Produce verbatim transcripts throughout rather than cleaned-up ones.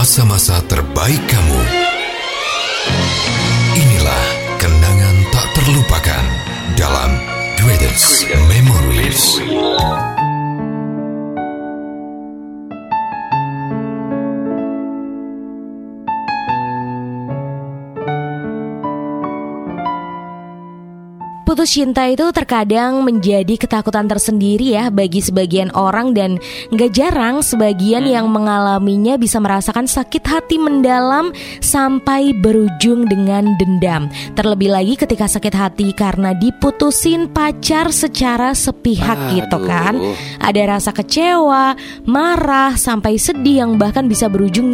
masa-masa terbaik kamu. Inilah kenangan tak terlupakan dalam Greatest Memories. Putus cinta itu terkadang menjadi ketakutan tersendiri ya bagi sebagian orang, dan gak jarang sebagian hmm. yang mengalaminya bisa merasakan sakit hati mendalam sampai berujung dengan dendam. Terlebih lagi ketika sakit hati karena diputusin pacar secara sepihak. Aduh. Gitu kan. Ada rasa kecewa, marah, sampai sedih yang bahkan bisa berujung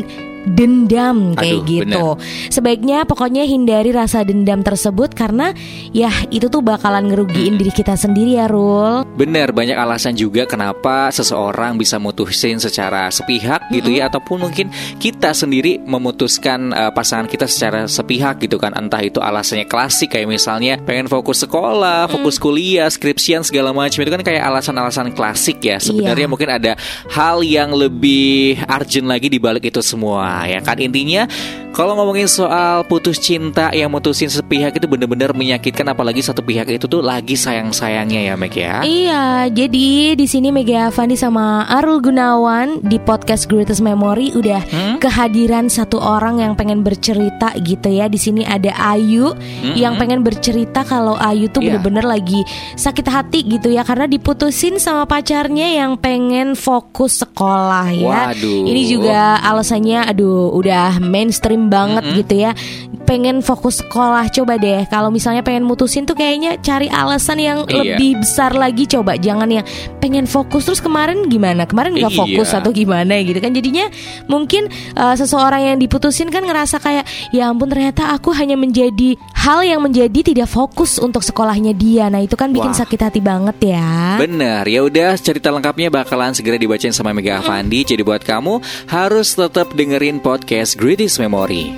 dendam kayak Aduh, gitu. Bener. Sebaiknya pokoknya hindari rasa dendam tersebut, karena ya itu tuh bakalan ngerugiin hmm. diri kita sendiri ya, Rul. Bener, banyak alasan juga kenapa seseorang bisa mutusin secara sepihak gitu hmm. ya, ataupun mungkin kita sendiri memutuskan uh, pasangan kita secara sepihak gitu kan. Entah itu alasannya klasik kayak misalnya pengen fokus sekolah, hmm. fokus kuliah, skripsian segala macam, itu kan kayak alasan-alasan klasik ya. Sebenarnya iya. mungkin ada hal yang lebih urgent lagi di balik itu semua. Ya kan, intinya kalau ngomongin soal putus cinta, yang mutusin sepihak itu benar-benar menyakitkan, apalagi satu pihak itu tuh lagi sayang-sayangnya ya, Meg ya. Iya, jadi di sini Mega Avandi sama Arul Gunawan di podcast Greatest Memory udah hmm? kehadiran satu orang yang pengen bercerita gitu ya. Di sini ada Ayu hmm? yang pengen bercerita kalau Ayu tuh yeah. benar-benar lagi sakit hati gitu ya, karena diputusin sama pacarnya yang pengen fokus sekolah ya. Waduh. Ini juga alasannya aduh udah mainstream banget mm-hmm. gitu ya, pengen fokus sekolah. Coba deh kalau misalnya pengen mutusin tuh kayaknya cari alasan yang iya. lebih besar lagi. Coba jangan yang pengen fokus terus kemarin gimana, kemarin gak fokus iya. atau gimana gitu kan. Jadinya mungkin uh, seseorang yang diputusin kan ngerasa kayak ya ampun, ternyata aku hanya menjadi hal yang menjadi tidak fokus untuk sekolahnya dia. Nah itu kan bikin Wah. sakit hati banget ya. Bener, ya udah cerita lengkapnya bakalan segera dibacain sama Mega Avandi. mm. Jadi buat kamu harus tetap dengerin podcast Greatest Memory.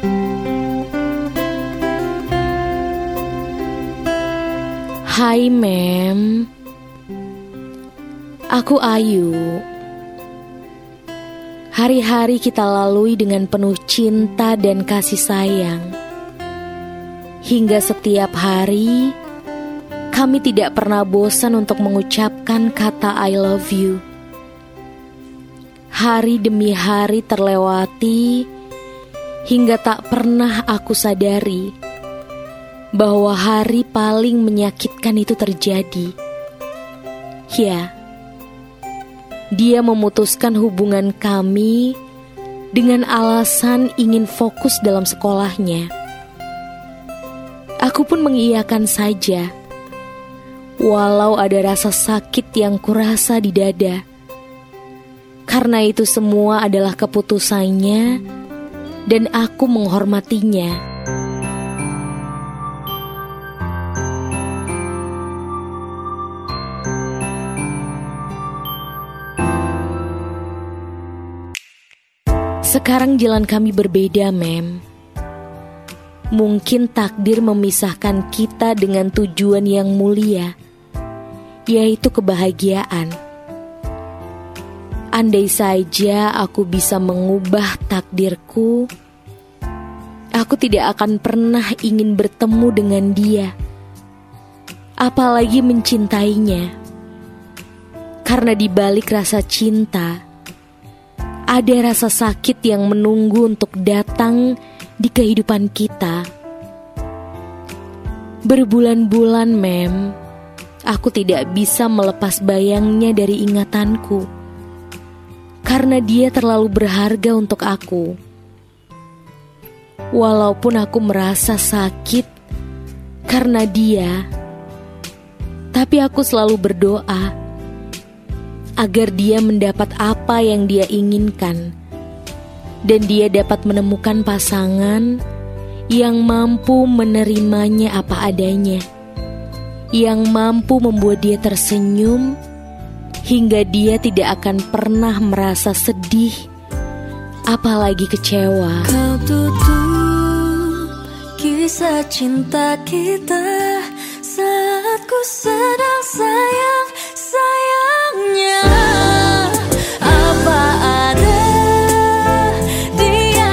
Hai Mem, aku Ayu. Hari-hari kita lalui dengan penuh cinta dan kasih sayang. Hingga setiap hari kami tidak pernah bosan untuk mengucapkan kata I love you. Hari demi hari terlewati hingga tak pernah aku sadari bahwa hari paling menyakitkan itu terjadi. Ya, dia memutuskan hubungan kami dengan alasan ingin fokus dalam sekolahnya. Aku pun mengiyakan saja, walau ada rasa sakit yang kurasa di dada. Karena itu semua adalah keputusannya dan aku menghormatinya. Sekarang jalan kami berbeda, Mem. Mungkin takdir memisahkan kita dengan tujuan yang mulia, yaitu kebahagiaan. Andai saja aku bisa mengubah takdirku, aku tidak akan pernah ingin bertemu dengan dia, apalagi mencintainya. Karena di balik rasa cinta, ada rasa sakit yang menunggu untuk datang di kehidupan kita. Berbulan-bulan, Mem, aku tidak bisa melepas bayangnya dari ingatanku. Karena dia terlalu berharga untuk aku. Walaupun aku merasa sakit karena dia, tapi aku selalu berdoa agar dia mendapat apa yang dia inginkan, dan dia dapat menemukan pasangan yang mampu menerimanya apa adanya, yang mampu membuat dia tersenyum hingga dia tidak akan pernah merasa sedih, apalagi kecewa. Kau tutup kisah cinta kita saat ku sedang sayang-sayangnya. Apa ada dia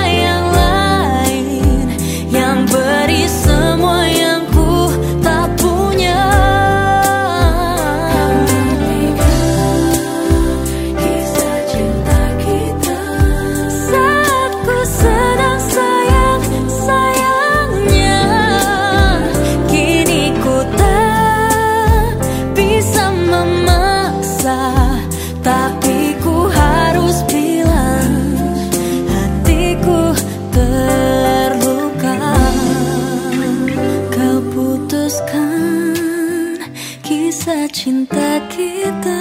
cinta kita.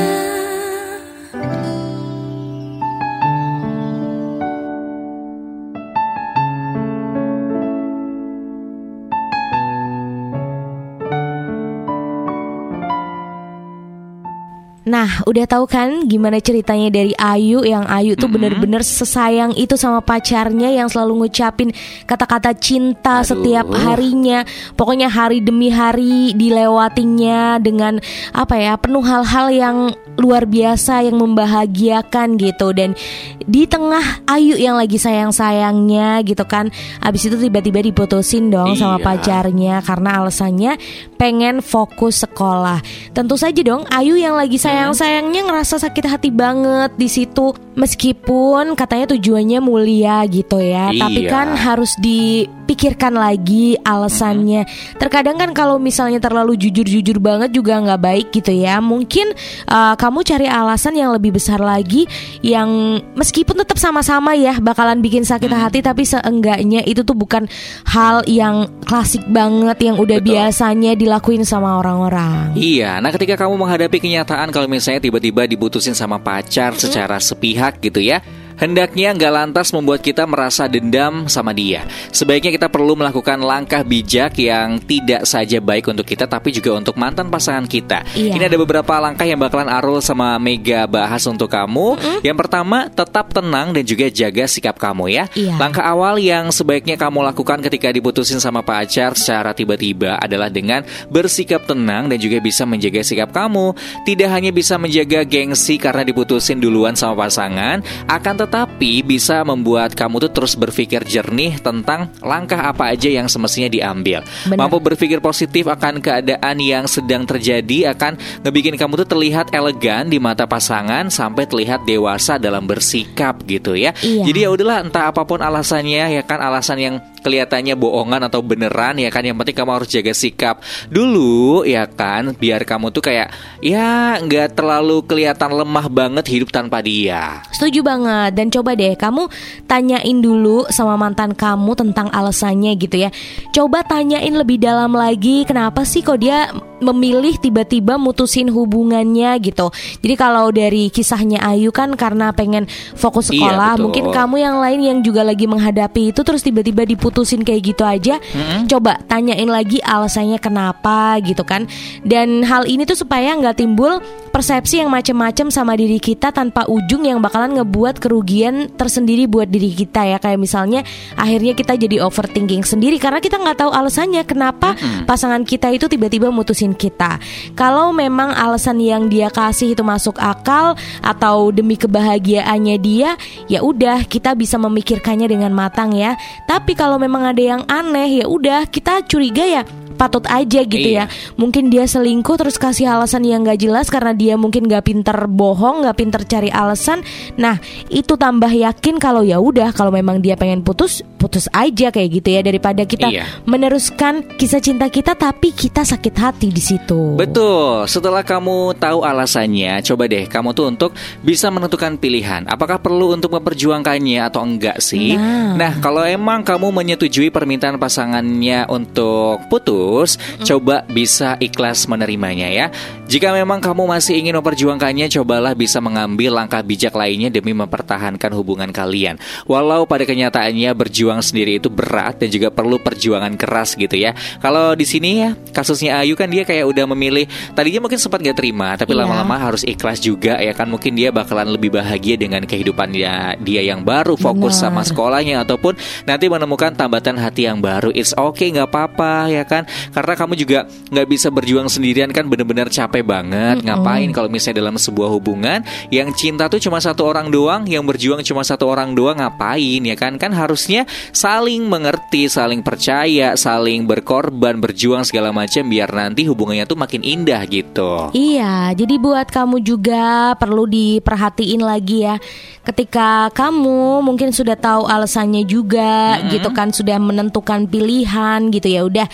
Nah, udah tahu kan gimana ceritanya dari Ayu, yang Ayu tuh mm-hmm. bener-bener sesayang itu sama pacarnya, yang selalu ngucapin kata-kata cinta Aduh. setiap harinya. Pokoknya hari demi hari dilewatinya dengan apa ya, penuh hal-hal yang luar biasa, yang membahagiakan gitu. Dan di tengah Ayu yang lagi sayang-sayangnya gitu kan, abis itu tiba-tiba diputusin dong iya. sama pacarnya karena alasannya pengen fokus sekolah. Tentu saja dong Ayu yang lagi sayang-sayangnya ngerasa sakit hati banget di situ. Meskipun katanya tujuannya mulia gitu ya, iya. tapi kan harus dipikirkan lagi alasannya. Mm-hmm. Terkadang kan kalau misalnya terlalu jujur-jujur banget juga nggak baik gitu ya. Mungkin uh, kamu cari alasan yang lebih besar lagi, yang meskipun tetap sama-sama ya bakalan bikin sakit mm-hmm. hati, tapi seenggaknya itu tuh bukan hal yang klasik banget yang udah Betul. biasanya dilakuin sama orang-orang. Iya, nah ketika kamu menghadapi kenyataan kalau misalnya tiba-tiba diputusin sama pacar mm-hmm. secara sepihak gitu ya, hendaknya nggak lantas membuat kita merasa dendam sama dia. Sebaiknya kita perlu melakukan langkah bijak yang tidak saja baik untuk kita, tapi juga untuk mantan pasangan kita. Iya. Ini ada beberapa langkah yang bakalan Arul sama Mega bahas untuk kamu. Mm-hmm. Yang pertama, tetap tenang dan juga jaga sikap kamu ya. Iya. Langkah awal yang sebaiknya kamu lakukan ketika diputusin sama pacar secara tiba-tiba adalah dengan bersikap tenang dan juga bisa menjaga sikap kamu. Tidak hanya bisa menjaga gengsi karena diputusin duluan sama pasangan, akan tetapi bisa membuat kamu tuh terus berpikir jernih tentang langkah apa aja yang semestinya diambil. Benar. Mampu berpikir positif akan keadaan yang sedang terjadi akan ngebikin kamu tuh terlihat elegan di mata pasangan sampai terlihat dewasa dalam bersikap gitu ya. Iya. Jadi ya udahlah, entah apapun alasannya ya kan, alasan yang kelihatannya bohongan atau beneran ya kan, yang penting kamu harus jaga sikap dulu ya kan, biar kamu tuh kayak ya nggak terlalu kelihatan lemah banget hidup tanpa dia. Setuju banget. Dan coba deh kamu tanyain dulu sama mantan kamu tentang alasannya gitu ya. Coba tanyain lebih dalam lagi, kenapa sih kok dia memilih tiba-tiba mutusin hubungannya gitu. Jadi kalau dari kisahnya Ayu kan karena pengen fokus sekolah, iya, mungkin kamu yang lain yang juga lagi menghadapi itu terus tiba-tiba diputusin kayak gitu aja. Mm-hmm. Coba tanyain lagi alasannya kenapa gitu kan. Dan hal ini tuh supaya nggak timbul persepsi yang macam-macam sama diri kita tanpa ujung yang bakalan ngebuat kerugian tersendiri buat diri kita ya. Kayak misalnya akhirnya kita jadi overthinking sendiri karena kita nggak tahu alasannya kenapa mm-hmm. pasangan kita itu tiba-tiba mutusin kita. Kalau memang alasan yang dia kasih itu masuk akal atau demi kebahagiaannya dia, ya udah kita bisa memikirkannya dengan matang ya. Tapi kalau memang ada yang aneh, ya udah kita curiga ya patut aja gitu iya. ya. Mungkin dia selingkuh terus kasih alasan yang gak jelas karena dia mungkin gak pinter bohong, gak pinter cari alasan. Nah itu tambah yakin kalau ya udah, kalau memang dia pengen putus, putus aja kayak gitu ya, daripada kita iya. meneruskan kisah cinta kita tapi kita sakit hati di situ. Betul. Setelah kamu tahu alasannya, coba deh kamu tuh untuk bisa menentukan pilihan. Apakah perlu untuk memperjuangkannya atau enggak sih? Nah, nah kalau emang kamu menyetujui permintaan pasangannya untuk putus, Mm. coba bisa ikhlas menerimanya ya. Jika memang kamu masih ingin memperjuangkannya, cobalah bisa mengambil langkah bijak lainnya demi mempertahankan hubungan kalian. Walau pada kenyataannya berjuang sendiri itu berat dan juga perlu perjuangan keras gitu ya. Kalau di sini ya kasusnya Ayu kan dia kayak udah memilih, tadinya mungkin sempat gak terima, tapi yeah. lama-lama harus ikhlas juga ya kan. Mungkin dia bakalan lebih bahagia dengan kehidupannya dia yang baru, fokus Benar. sama sekolahnya ataupun nanti menemukan tambatan hati yang baru. It's okay, gak apa-apa ya kan. Karena kamu juga gak bisa berjuang sendirian kan, bener-bener capek banget. Mm-hmm. Ngapain kalau misalnya dalam sebuah hubungan yang cinta tuh cuma satu orang doang, yang berjuang cuma satu orang doang, ngapain ya kan. Kan harusnya saling mengerti, saling percaya, saling berkorban, berjuang segala macam biar nanti hubungannya tuh makin indah gitu. Iya, jadi buat kamu juga perlu diperhatiin lagi ya. Ketika kamu mungkin sudah tahu alasannya juga mm-hmm. gitu kan, sudah menentukan pilihan gitu ya udah.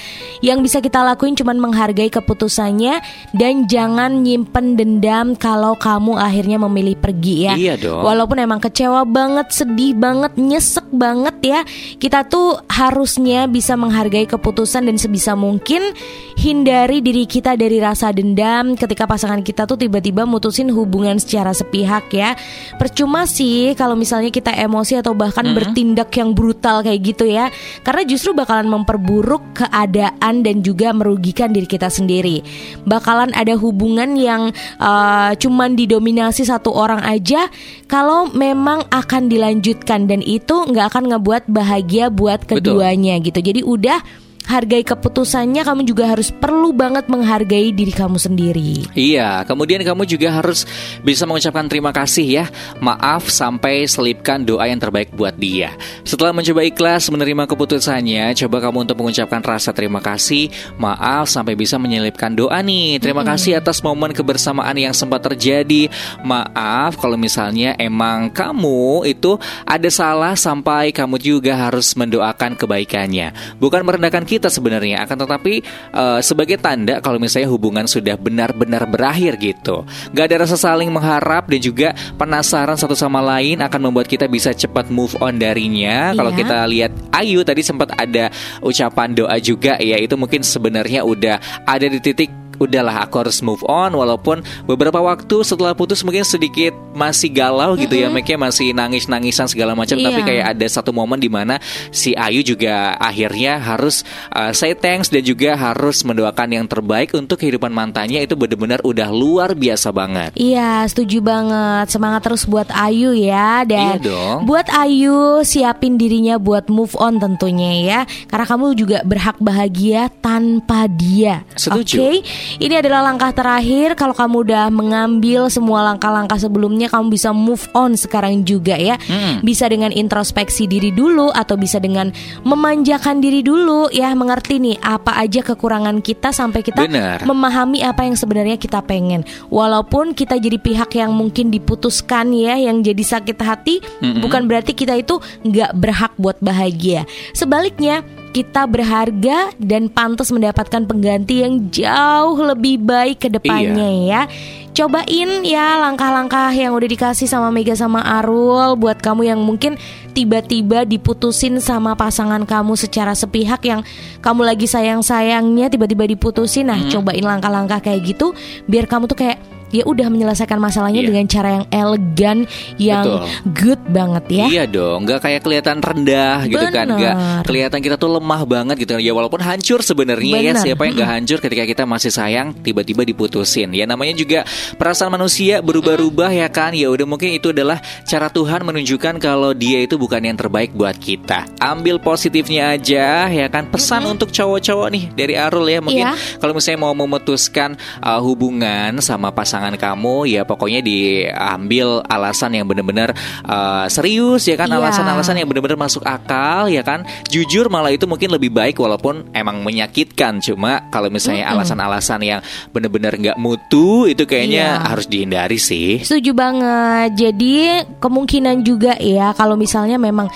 Yang bisa kita lakuin cuman menghargai keputusannya dan jangan nyimpen dendam kalau kamu akhirnya memilih pergi ya. Iya dong. Walaupun emang kecewa banget, sedih banget, nyesek banget ya, kita tuh harusnya bisa menghargai keputusan dan sebisa mungkin hindari diri kita dari rasa dendam ketika pasangan kita tuh tiba-tiba mutusin hubungan secara sepihak ya. Percuma sih kalau misalnya kita emosi atau bahkan mm-hmm. bertindak yang brutal kayak gitu ya, karena justru bakalan memperburuk keadaan dan juga merugikan diri kita sendiri. Bakalan ada hubungan yang uh, cuman didominasi satu orang aja kalau memang akan dilanjutkan, dan itu nggak akan ngebuat bahagia buat keduanya. Betul. Gitu. Jadi udah hargai keputusannya, kamu juga harus perlu banget menghargai diri kamu sendiri. Iya, kemudian kamu juga harus bisa mengucapkan terima kasih ya. Maaf sampai selipkan doa yang terbaik buat dia. Setelah mencoba ikhlas menerima keputusannya, coba kamu untuk mengucapkan rasa terima kasih, maaf sampai bisa menyelipkan doa nih. Terima hmm. kasih atas momen kebersamaan yang sempat terjadi. Maaf kalau misalnya emang kamu itu ada salah sampai kamu juga harus mendoakan kebaikannya. Bukan merendahkan kita kita sebenarnya, akan tetapi uh, sebagai tanda kalau misalnya hubungan sudah benar-benar berakhir gitu. Gak ada rasa saling mengharap dan juga penasaran satu sama lain akan membuat kita bisa cepat move on darinya. Kalau Iya. kita lihat Ayu tadi sempat ada ucapan doa juga ya, itu mungkin sebenarnya udah ada di titik udahlah aku harus move on, walaupun beberapa waktu setelah putus mungkin sedikit masih galau gitu mm-hmm. ya, makanya masih nangis-nangisan segala macam, iya. tapi kayak ada satu momen di mana si Ayu juga akhirnya harus uh, say thanks dan juga harus mendoakan yang terbaik untuk kehidupan mantannya. Itu benar-benar udah luar biasa banget. Iya, setuju banget. Semangat terus buat Ayu ya. Dan iya dong. buat Ayu, siapin dirinya buat move on tentunya ya, karena kamu juga berhak bahagia tanpa dia. Setuju. Oke, ini adalah langkah terakhir. Kalau kamu udah mengambil semua langkah-langkah sebelumnya, kamu bisa move on sekarang juga ya. hmm. Bisa dengan introspeksi diri dulu, atau bisa dengan memanjakan diri dulu ya. Mengerti nih apa aja kekurangan kita sampai kita Bener. memahami apa yang sebenarnya kita pengen. Walaupun kita jadi pihak yang mungkin diputuskan ya, yang jadi sakit hati, mm-hmm. bukan berarti kita itu gak berhak buat bahagia. Sebaliknya, kita berharga dan pantas mendapatkan pengganti yang jauh lebih baik ke depannya iya. ya. Cobain ya langkah-langkah yang udah dikasih sama Mega sama Arul buat kamu yang mungkin tiba-tiba diputusin sama pasangan kamu secara sepihak, yang kamu lagi sayang-sayangnya tiba-tiba diputusin. Nah, hmm. cobain langkah-langkah kayak gitu biar kamu tuh kayak ya udah menyelesaikan masalahnya yeah. dengan cara yang elegan, yang Betul. good banget ya. Iya dong, nggak kayak kelihatan rendah gitu Bener. kan, nggak kelihatan kita tuh lemah banget gitu kan. Ya walaupun hancur sebenarnya ya, siapa yang nggak hancur ketika kita masih sayang tiba-tiba diputusin. Ya namanya juga perasaan manusia berubah-ubah ya kan. Ya udah, mungkin itu adalah cara Tuhan menunjukkan kalau Dia itu bukan yang terbaik buat kita. Ambil positifnya aja ya kan. Pesan mm-hmm. untuk cowok-cowok nih dari Arul ya, mungkin yeah. kalau misalnya mau memutuskan uh, hubungan sama pasangan kamu, ya pokoknya diambil alasan yang benar-benar uh, serius ya kan, yeah. alasan-alasan yang benar-benar masuk akal ya kan. Jujur malah itu mungkin lebih baik, walaupun emang menyakitkan. Cuma kalau misalnya mm-hmm. alasan-alasan yang benar-benar nggak mutu, itu kayaknya yeah. harus dihindari sih. Setuju banget. Jadi kemungkinan juga ya, kalau misalnya memang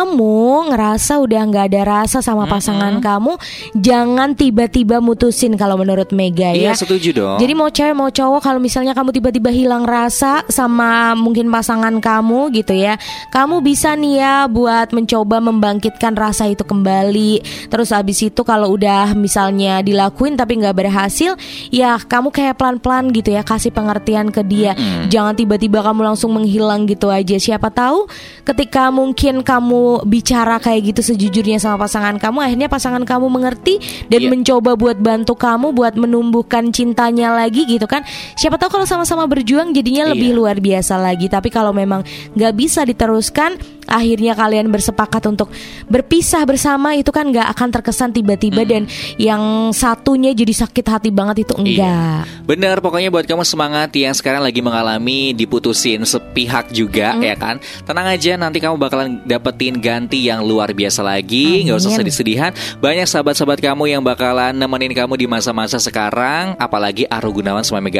kamu ngerasa udah nggak ada rasa sama pasangan mm-hmm. kamu, jangan tiba-tiba mutusin kalau menurut Mega ya. Iya, setuju dong. Jadi mau cewek mau cowok, kalau misalnya kamu tiba-tiba hilang rasa sama mungkin pasangan kamu gitu ya, kamu bisa nih ya buat mencoba membangkitkan rasa itu kembali. Terus abis itu kalau udah misalnya dilakuin tapi gak berhasil, ya kamu kayak pelan-pelan gitu ya, kasih pengertian ke dia. mm-hmm. Jangan tiba-tiba kamu langsung menghilang gitu aja. Siapa tahu ketika mungkin kamu bicara kayak gitu sejujurnya sama pasangan kamu, akhirnya pasangan kamu mengerti dan yeah. mencoba buat bantu kamu buat menumbuhkan cintanya lagi gitu kan. Siapa tahu kalau sama-sama berjuang jadinya lebih iya. luar biasa lagi. Tapi kalau memang gak bisa diteruskan, akhirnya kalian bersepakat untuk berpisah bersama, itu kan gak akan terkesan tiba-tiba hmm. dan yang satunya jadi sakit hati banget, itu enggak. Iya. Bener, pokoknya buat kamu semangat yang sekarang lagi mengalami diputusin sepihak juga hmm. ya kan. Tenang aja, nanti kamu bakalan dapetin ganti yang luar biasa lagi. Amin. Gak usah sedih-sedihan. Banyak sahabat-sahabat kamu yang bakalan nemenin kamu di masa-masa sekarang. Apalagi Arul Gunawan sama Mega Avandi juga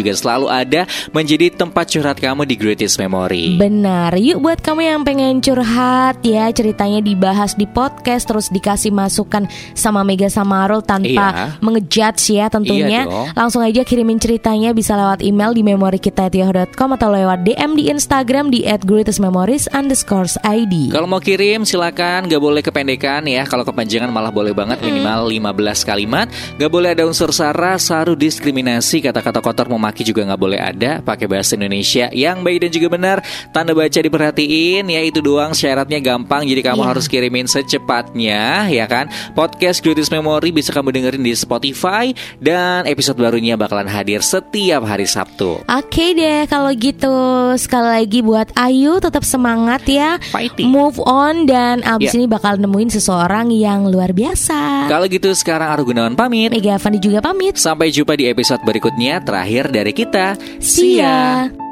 juga selalu ada menjadi tempat curhat kamu di Greatest Memory. Benar, yuk buat kamu yang pengen curhat ya, ceritanya dibahas di podcast, terus dikasih masukan sama Mega sama Arul tanpa Iya. mengejudge ya tentunya. Iya dong. Langsung aja kirimin ceritanya, bisa lewat email di memorikita at yahoo dot com atau lewat D M di Instagram di at greatest memories underscore I D. Kalau mau kirim silakan, gak boleh kependekan ya. Kalau kepanjangan malah boleh banget, minimal lima belas kalimat. Gak boleh ada unsur sara, saru, diskriminasi, kata-kata kotor, memaki juga gak boleh ada. Pakai bahasa Indonesia yang baik dan juga benar. Tanda baca diperhatiin ya, itu doang syaratnya, gampang. Jadi kamu Iya. harus kirimin secepatnya ya kan. Podcast Greatest Memory bisa kamu dengerin di Spotify, dan episode barunya bakalan hadir setiap hari Sabtu. Oke deh kalau gitu, sekali lagi buat Ayu tetap semangat ya, Fighting. move on, dan abis Ya. ini bakal nemuin seseorang yang luar biasa. Kalau gitu sekarang Arul Gunawan pamit. Mega Avandi juga pamit. Sampai jumpa di episode berikutnya, terakhir dari kita. See ya.